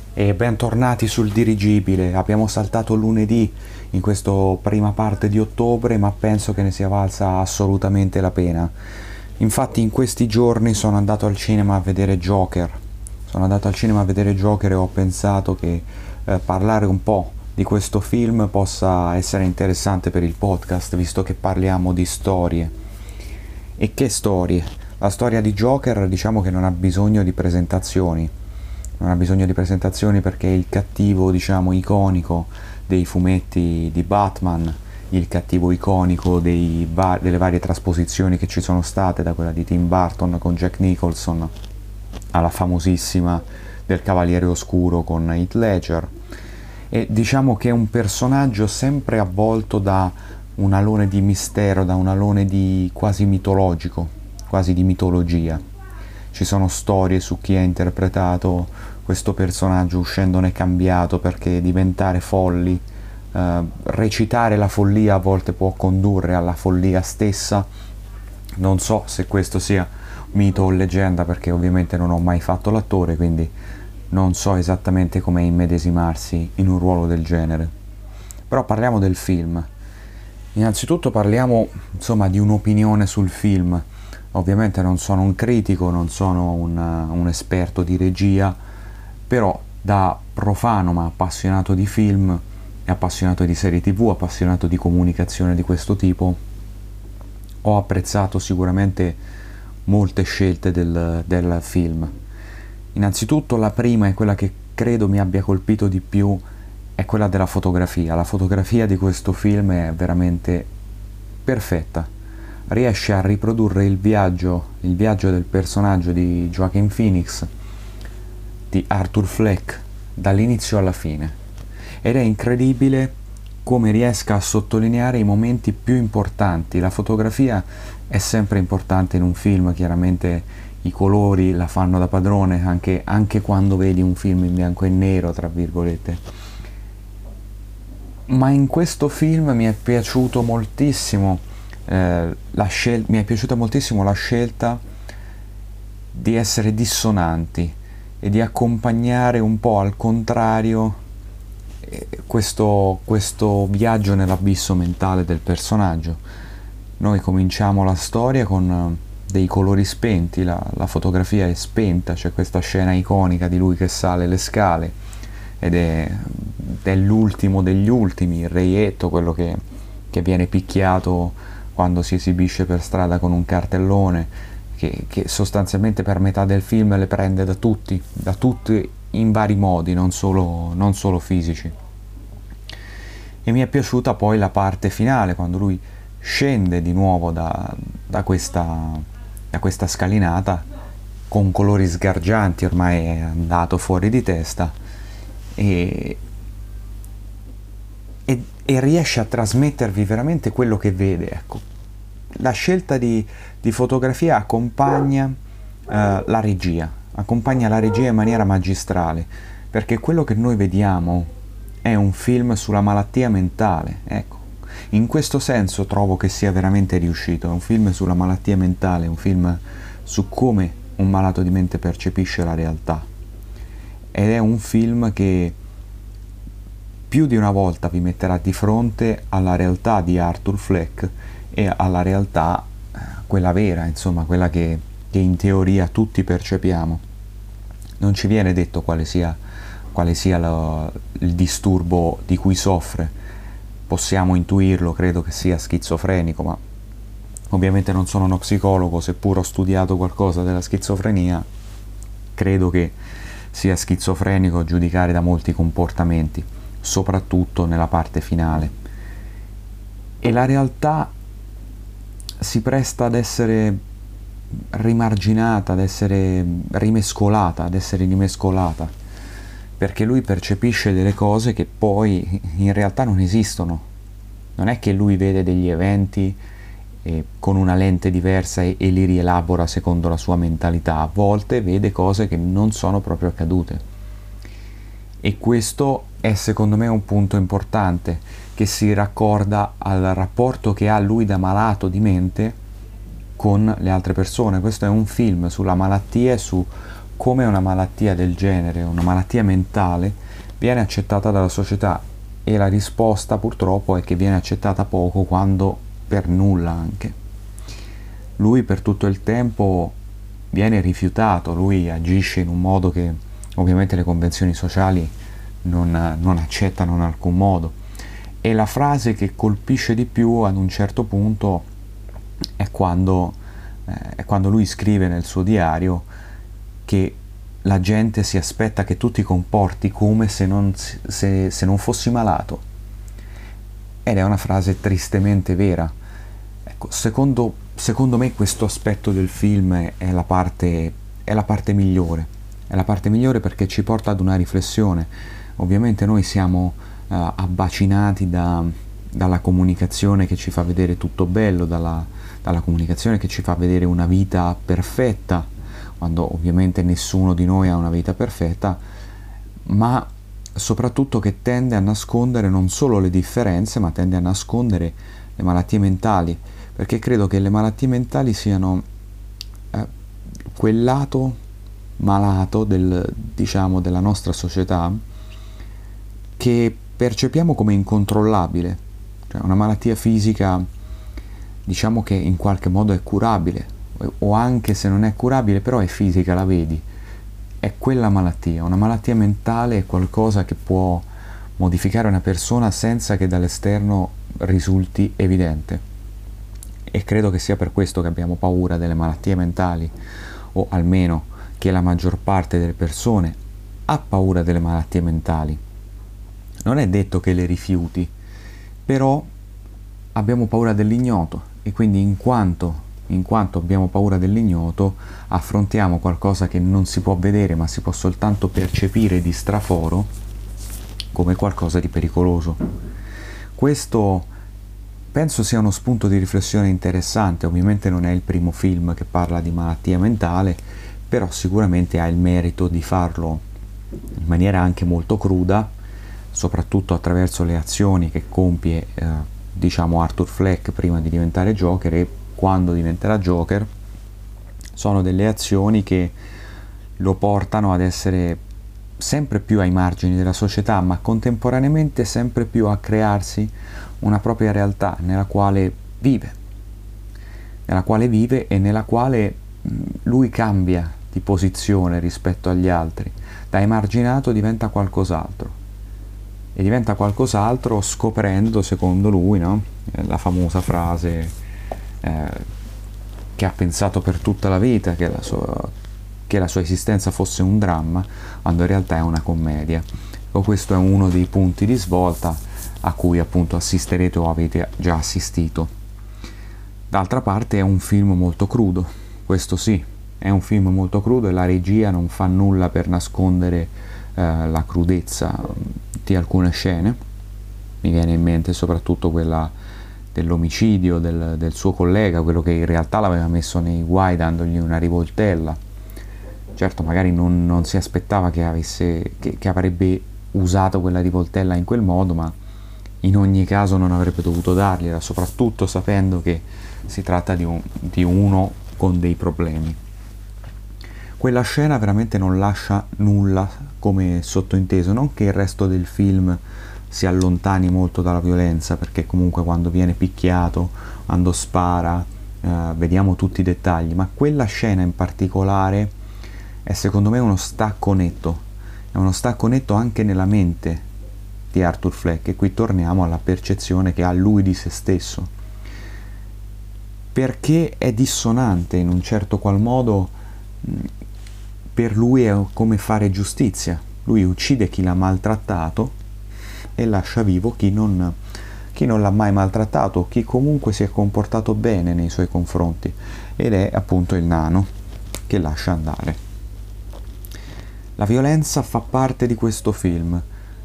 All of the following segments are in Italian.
E bentornati sul dirigibile. Abbiamo saltato lunedì in questa prima parte di ottobre, ma penso che ne sia valsa assolutamente la pena. Infatti in questi giorni sono andato al cinema a vedere Joker. Sono andato al cinema a vedere Joker e ho pensato che parlare un po' di questo film possa essere interessante per il podcast, visto che parliamo di storie. E che storie? La storia di Joker diciamo che non ha bisogno di presentazioni. Non ha bisogno di presentazioni perché è il cattivo, diciamo, iconico dei fumetti di Batman, il cattivo iconico delle varie trasposizioni che ci sono state, da quella di Tim Burton con Jack Nicholson alla famosissima del Cavaliere Oscuro con Heath Ledger. E diciamo che è un personaggio sempre avvolto da un alone di mistero, da un alone di quasi mitologico, quasi di mitologia. Ci sono storie su chi ha interpretato questo personaggio uscendone cambiato, perché diventare folli, recitare la follia a volte può condurre alla follia stessa. Non so se questo sia mito o leggenda, perché ovviamente non ho mai fatto l'attore, quindi non so esattamente come immedesimarsi in un ruolo del genere. Però parliamo del film. Innanzitutto parliamo, insomma, di un'opinione sul film. Ovviamente non sono un critico, non sono un esperto di regia, però da profano ma appassionato di film e appassionato di serie TV, appassionato di comunicazione di questo tipo, ho apprezzato sicuramente molte scelte del film. Innanzitutto la prima e quella che credo mi abbia colpito di più è quella della fotografia. La fotografia di questo film è veramente perfetta. Riesce a riprodurre il viaggio del personaggio di Joaquin Phoenix, di Arthur Fleck, dall'inizio alla fine. Ed è incredibile come riesca a sottolineare i momenti più importanti. La fotografia è sempre importante in un film, chiaramente i colori la fanno da padrone, anche quando vedi un film in bianco e nero, tra virgolette. Ma in questo film mi è piaciuto moltissimo mi è piaciuta moltissimo la scelta di essere dissonanti e di accompagnare un po' al contrario questo viaggio nell'abisso mentale del personaggio. Noi cominciamo la storia con dei colori spenti, la fotografia è spenta, c'è questa scena iconica di lui che sale le scale ed è l'ultimo degli ultimi, il reietto, quello che viene picchiato quando si esibisce per strada con un cartellone, che sostanzialmente per metà del film le prende da tutti in vari modi, non solo fisici. E mi è piaciuta poi la parte finale, quando lui scende di nuovo da questa scalinata con colori sgargianti, ormai è andato fuori di testa, e, e riesce a trasmettervi veramente quello che vede. Ecco, la scelta di fotografia accompagna la regia in maniera magistrale, perché quello che noi vediamo è un film sulla malattia mentale. Ecco, in questo senso trovo che sia veramente riuscito. È un film sulla malattia mentale, un film su come un malato di mente percepisce la realtà, ed è un film che più di una volta vi metterà di fronte alla realtà di Arthur Fleck e alla realtà, quella vera, insomma, quella che in teoria tutti percepiamo. Non ci viene detto quale sia il disturbo di cui soffre. Possiamo intuirlo, credo che sia schizofrenico, ma ovviamente non sono uno psicologo, seppur ho studiato qualcosa della schizofrenia, credo che sia schizofrenico a giudicare da molti comportamenti, soprattutto nella parte finale. E la realtà si presta ad essere rimarginata, ad essere rimescolata, perché lui percepisce delle cose che poi in realtà non esistono. Non è che lui vede degli eventi con una lente diversa e li rielabora secondo la sua mentalità. A volte vede cose che non sono proprio accadute. E questo è secondo me un punto importante, che si raccorda al rapporto che ha lui da malato di mente con le altre persone. Questo è un film sulla malattia e su come una malattia del genere, una malattia mentale, viene accettata dalla società, e la risposta purtroppo è che viene accettata poco, quando per nulla anche. Lui per tutto il tempo viene rifiutato, lui agisce in un modo che ovviamente le convenzioni sociali non accettano in alcun modo, e la frase che colpisce di più ad un certo punto è quando lui scrive nel suo diario che la gente si aspetta che tu ti comporti come se non fossi malato, ed è una frase tristemente vera. Ecco, secondo me questo aspetto del film è la parte migliore, perché ci porta ad una riflessione. Ovviamente noi siamo abbacinati dalla comunicazione che ci fa vedere tutto bello, dalla comunicazione che ci fa vedere una vita perfetta, quando ovviamente nessuno di noi ha una vita perfetta, ma soprattutto che tende a nascondere non solo le differenze, ma tende a nascondere le malattie mentali, perché credo che le malattie mentali siano quel lato malato della nostra società che percepiamo come incontrollabile. Cioè, una malattia fisica, diciamo che in qualche modo è curabile, o anche se non è curabile, però è fisica, la vedi, è quella malattia. Una malattia mentale è qualcosa che può modificare una persona senza che dall'esterno risulti evidente, e credo che sia per questo che abbiamo paura delle malattie mentali, o almeno che la maggior parte delle persone ha paura delle malattie mentali. Non è detto che le rifiuti, però abbiamo paura dell'ignoto, e quindi in quanto abbiamo paura dell'ignoto, affrontiamo qualcosa che non si può vedere ma si può soltanto percepire di straforo come qualcosa di pericoloso. Questo penso sia uno spunto di riflessione interessante. Ovviamente non è il primo film che parla di malattia mentale, però sicuramente ha il merito di farlo in maniera anche molto cruda, soprattutto attraverso le azioni che compie Arthur Fleck prima di diventare Joker e quando diventerà Joker. Sono delle azioni che lo portano ad essere sempre più ai margini della società, ma contemporaneamente sempre più a crearsi una propria realtà nella quale vive e nella quale lui cambia di posizione rispetto agli altri. Da emarginato diventa qualcos'altro, e diventa qualcos'altro scoprendo, secondo lui, no? La famosa frase che ha pensato per tutta la vita, che la sua esistenza fosse un dramma, quando in realtà è una commedia. E questo è uno dei punti di svolta a cui appunto assisterete o avete già assistito. D'altra parte è un film molto crudo, questo sì, è un film molto crudo, e la regia non fa nulla per nascondere la crudezza di alcune scene. Mi viene in mente soprattutto quella dell'omicidio del suo collega, quello che in realtà l'aveva messo nei guai dandogli una rivoltella. Certo, magari non si aspettava che avrebbe usato quella rivoltella in quel modo, ma in ogni caso non avrebbe dovuto dargliela, soprattutto sapendo che si tratta di uno con dei problemi. Quella scena veramente non lascia nulla come sottointeso, non che il resto del film si allontani molto dalla violenza, perché comunque quando viene picchiato, quando spara, vediamo tutti i dettagli, ma quella scena in particolare è secondo me uno stacco netto, è uno stacco netto anche nella mente di Arthur Fleck, e qui torniamo alla percezione che ha lui di se stesso, perché è dissonante in un certo qual modo. Per lui è come fare giustizia, lui uccide chi l'ha maltrattato e lascia vivo chi non l'ha mai maltrattato, chi comunque si è comportato bene nei suoi confronti, ed è appunto il nano che lascia andare. La violenza fa parte di questo film,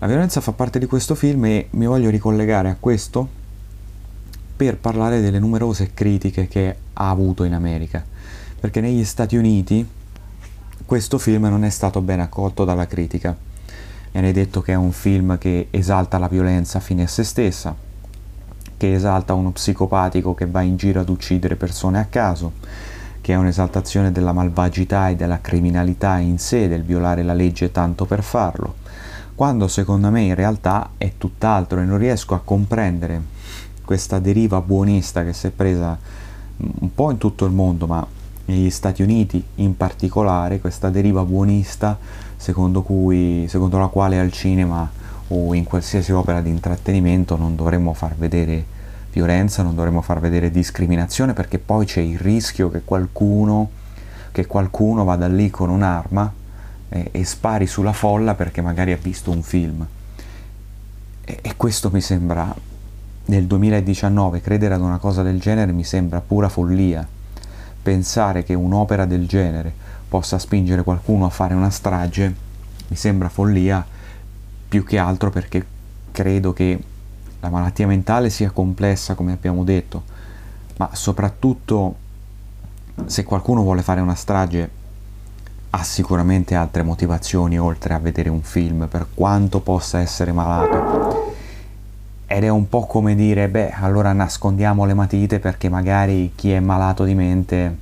e mi voglio ricollegare a questo per parlare delle numerose critiche che ha avuto in America, perché negli Stati Uniti questo film non è stato ben accolto dalla critica. Viene detto che è un film che esalta la violenza fine a se stessa, che esalta uno psicopatico che va in giro ad uccidere persone a caso, che è un'esaltazione della malvagità e della criminalità in sé, del violare la legge tanto per farlo, quando secondo me in realtà è tutt'altro, e non riesco a comprendere questa deriva buonista che si è presa un po' in tutto il mondo, ma negli Stati Uniti in particolare, questa deriva buonista secondo la quale al cinema o in qualsiasi opera di intrattenimento non dovremmo far vedere violenza, non dovremmo far vedere discriminazione, perché poi c'è il rischio che qualcuno vada lì con un'arma e spari sulla folla perché magari ha visto un film. E questo mi sembra, nel 2019, credere ad una cosa del genere mi sembra pura follia. Pensare che un'opera del genere possa spingere qualcuno a fare una strage mi sembra follia, più che altro perché credo che la malattia mentale sia complessa, come abbiamo detto, ma soprattutto se qualcuno vuole fare una strage ha sicuramente altre motivazioni oltre a vedere un film, per quanto possa essere malato. Ed è un po' come dire, beh, allora nascondiamo le matite perché magari chi è malato di mente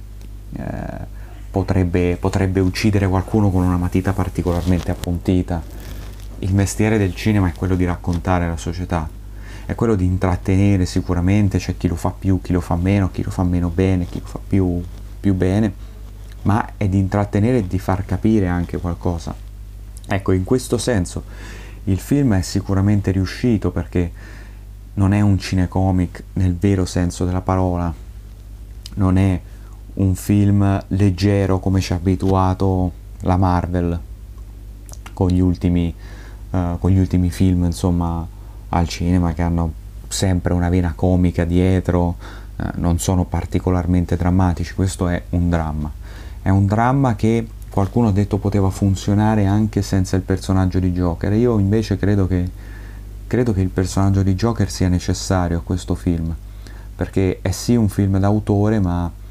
potrebbe uccidere qualcuno con una matita particolarmente appuntita. Il mestiere del cinema è quello di raccontare la società, è quello di intrattenere sicuramente, c'è chi lo fa più, chi lo fa meno bene, chi lo fa più bene, ma è di intrattenere e di far capire anche qualcosa. Ecco, in questo senso il film è sicuramente riuscito, perché non è un cinecomic nel vero senso della parola, non è un film leggero come ci ha abituato la Marvel con gli ultimi film, insomma, al cinema, che hanno sempre una vena comica dietro, non sono particolarmente drammatici. Questo è un dramma che qualcuno ha detto poteva funzionare anche senza il personaggio di Joker. Io invece credo che il personaggio di Joker sia necessario a questo film, perché è sì un film d'autore,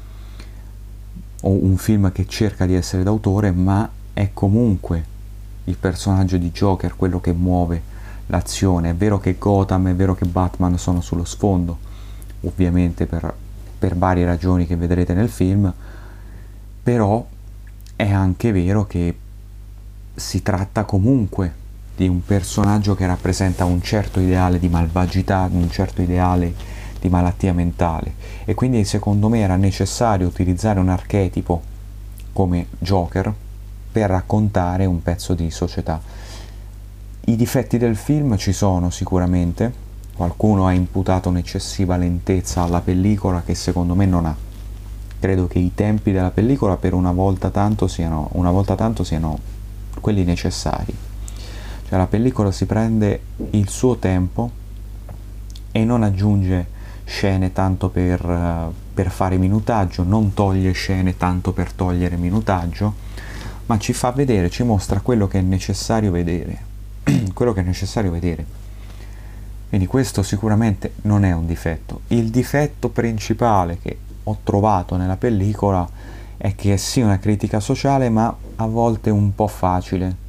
o un film che cerca di essere d'autore, ma è comunque il personaggio di Joker quello che muove l'azione. È vero che Gotham, è vero che Batman sono sullo sfondo, ovviamente per varie ragioni che vedrete nel film, però è anche vero che si tratta comunque di un personaggio che rappresenta un certo ideale di malvagità, un certo ideale di malattia mentale, e quindi secondo me era necessario utilizzare un archetipo come Joker per raccontare un pezzo di società. I difetti del film ci sono sicuramente, qualcuno ha imputato un'eccessiva lentezza alla pellicola che secondo me non ha. Credo che i tempi della pellicola per una volta tanto siano quelli necessari. Cioè la pellicola si prende il suo tempo e non aggiunge scene tanto per fare minutaggio, non toglie scene tanto per togliere minutaggio, ma ci fa vedere, ci mostra quello che è necessario vedere. Quello che è necessario vedere. Quindi questo sicuramente non è un difetto. Il difetto principale che ho trovato nella pellicola è che è sì una critica sociale, ma a volte un po' facile.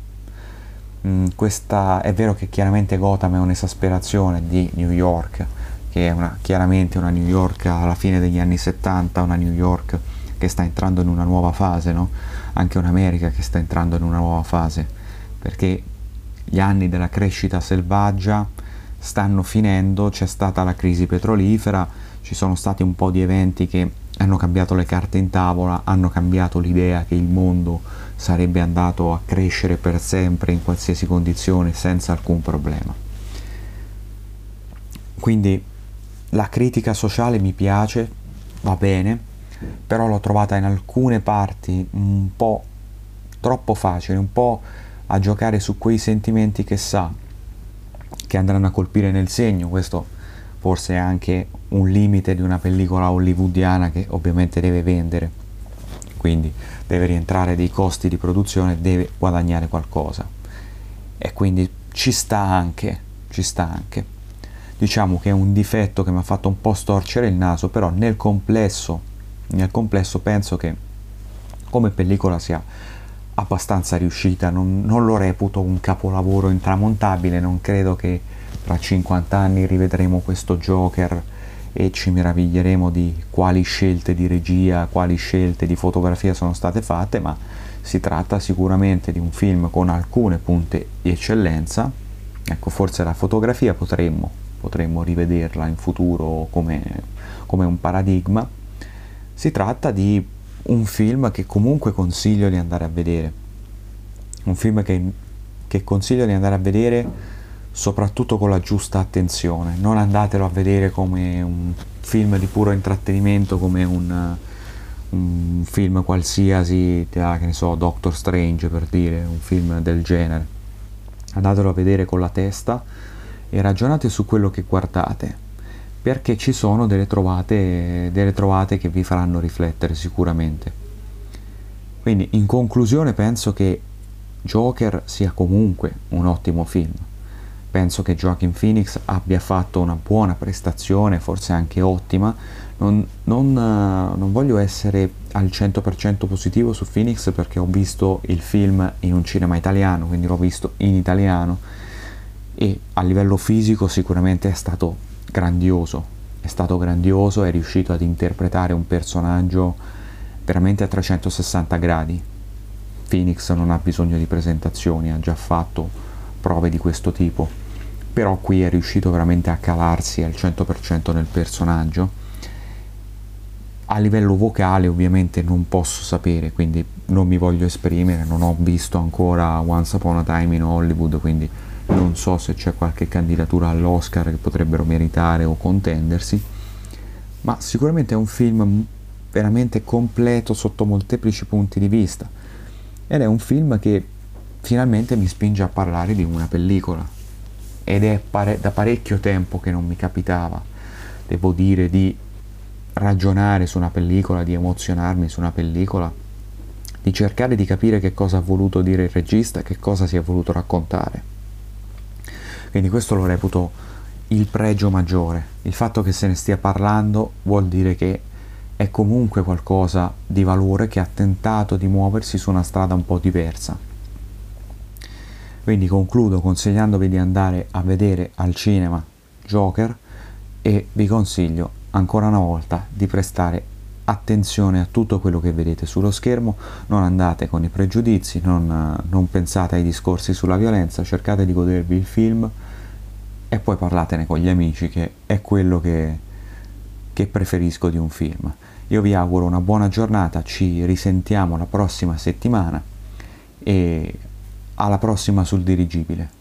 È vero che chiaramente Gotham è un'esasperazione di New York, che è chiaramente una New York alla fine degli anni 70, una New York che sta entrando in una nuova fase, no? Anche un'America che sta entrando in una nuova fase, perché gli anni della crescita selvaggia stanno finendo, c'è stata la crisi petrolifera, ci sono stati un po' di eventi che hanno cambiato le carte in tavola, hanno cambiato l'idea che il mondo sarebbe andato a crescere per sempre in qualsiasi condizione senza alcun problema. Quindi la critica sociale mi piace, va bene, però l'ho trovata in alcune parti un po' troppo facile, un po' a giocare su quei sentimenti che sa che andranno a colpire nel segno. Questo forse è anche un limite di una pellicola hollywoodiana che ovviamente deve vendere, quindi deve rientrare dei costi di produzione, deve guadagnare qualcosa, e quindi ci sta anche. Diciamo che è un difetto che mi ha fatto un po' storcere il naso, però nel complesso penso che come pellicola sia abbastanza riuscita. Non lo reputo un capolavoro intramontabile, non credo che tra 50 anni rivedremo questo Joker e ci meraviglieremo di quali scelte di regia, quali scelte di fotografia sono state fatte, ma si tratta sicuramente di un film con alcune punte di eccellenza. Ecco, forse la fotografia potremmo rivederla in futuro come un paradigma. Si tratta di un film che comunque consiglio di andare a vedere, un film che consiglio di andare a vedere soprattutto con la giusta attenzione. Non andatelo a vedere come un film di puro intrattenimento, come un film qualsiasi, che ne so, Doctor Strange per dire, un film del genere. Andatelo a vedere con la testa e ragionate su quello che guardate, perché ci sono delle trovate che vi faranno riflettere sicuramente. Quindi in conclusione penso che Joker sia comunque un ottimo film. Penso che Joaquin Phoenix abbia fatto una buona prestazione, forse anche ottima. Non voglio essere al 100% positivo su Phoenix perché ho visto il film in un cinema italiano, quindi l'ho visto in italiano e a livello fisico sicuramente è stato grandioso, è riuscito ad interpretare un personaggio veramente a 360 gradi. Phoenix non ha bisogno di presentazioni, ha già fatto prove di questo tipo, però qui è riuscito veramente a calarsi al 100% nel personaggio. A livello vocale ovviamente non posso sapere, quindi non mi voglio esprimere, non ho visto ancora Once Upon a Time in Hollywood, quindi non so se c'è qualche candidatura all'Oscar che potrebbero meritare o contendersi, ma sicuramente è un film veramente completo sotto molteplici punti di vista ed è un film che finalmente mi spinge a parlare di una pellicola ed è da parecchio tempo che non mi capitava, devo dire, di ragionare su una pellicola, di emozionarmi su una pellicola, di cercare di capire che cosa ha voluto dire il regista, che cosa si è voluto raccontare. Quindi questo lo reputo il pregio maggiore. Il fatto che se ne stia parlando vuol dire che è comunque qualcosa di valore che ha tentato di muoversi su una strada un po' diversa. Quindi concludo consigliandovi di andare a vedere al cinema Joker e vi consiglio ancora una volta di prestare attenzione a tutto quello che vedete sullo schermo, non andate con i pregiudizi, non pensate ai discorsi sulla violenza, cercate di godervi il film e poi parlatene con gli amici, che è quello che preferisco di un film. Io vi auguro una buona giornata, ci risentiamo la prossima settimana e alla prossima sul dirigibile.